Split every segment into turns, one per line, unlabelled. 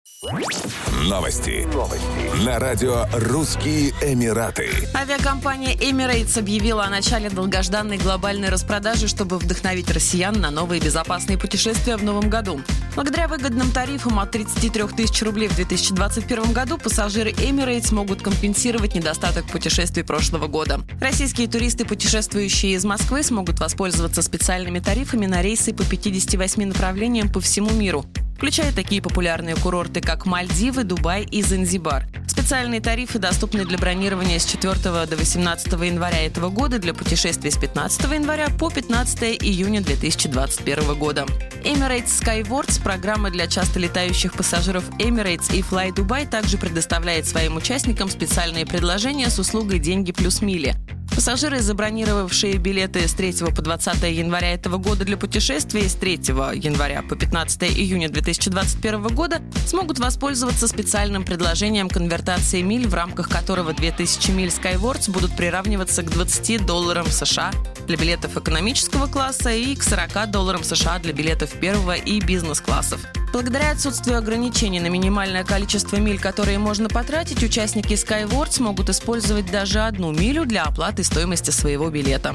Новости. На радио «Русские Эмираты».
Авиакомпания Emirates объявила о начале долгожданной глобальной распродажи, чтобы вдохновить россиян на новые безопасные путешествия в новом году. Благодаря выгодным тарифам от 33 тысяч рублей в 2021 году пассажиры Emirates могут компенсировать недостаток путешествий прошлого года. Российские туристы, путешествующие из Москвы, смогут воспользоваться специальными тарифами на рейсы по 58 направлениям по всему миру, включая такие популярные курорты, как Мальдивы, Дубай и Занзибар. Специальные тарифы доступны для бронирования с 4 до 18 января этого года, для путешествий с 15 января по 15 июня 2021 года. Emirates Skywards, программа для часто летающих пассажиров Emirates и Fly Dubai, также предоставляет своим участникам специальные предложения с услугой «Деньги плюс мили». Пассажиры, забронировавшие билеты с 3 по 20 января этого года для путешествий с 3 января по 15 июня 2021 года, смогут воспользоваться специальным предложением конвертации миль, в рамках которого 2000 миль Skywards будут приравниваться к $20 США для билетов экономического класса и к $40 США для билетов первого и бизнес-классов. Благодаря отсутствию ограничений на минимальное количество миль, которые можно потратить, участники Skywards могут использовать даже 1 милю для оплаты стоимости своего билета.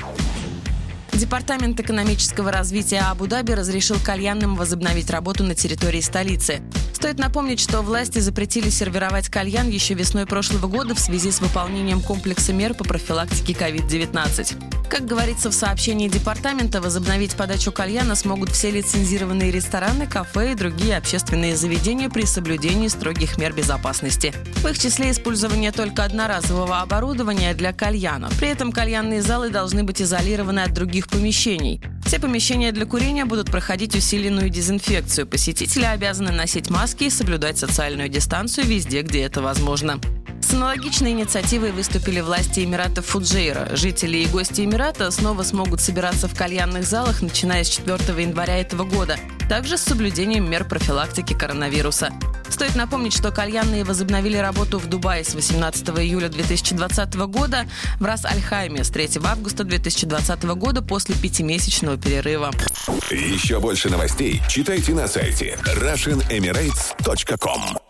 Департамент экономического развития Абу-Даби разрешил кальянным возобновить работу на территории столицы. Стоит напомнить, что власти запретили сервировать кальян еще весной прошлого года в связи с выполнением комплекса мер по профилактике COVID-19. Как говорится в сообщении департамента, возобновить подачу кальяна смогут все лицензированные рестораны, кафе и другие общественные заведения при соблюдении строгих мер безопасности. В их числе использование только одноразового оборудования для кальяна. При этом кальянные залы должны быть изолированы от других помещений. Все помещения для курения будут проходить усиленную дезинфекцию. Посетители обязаны носить маски и соблюдать социальную дистанцию везде, где это возможно. С аналогичной инициативой выступили власти Эмиратов Фуджейра. Жители и гости Эмирата снова смогут собираться в кальянных залах, начиная с 4 января этого года, также с соблюдением мер профилактики коронавируса. Стоит напомнить, что кальянные возобновили работу в Дубае с 18 июля 2020 года, в Рас-Аль-Хайме с 3 августа 2020 года после 5-месячного перерыва.
Еще больше новостей читайте на сайте RussianEmirates.com.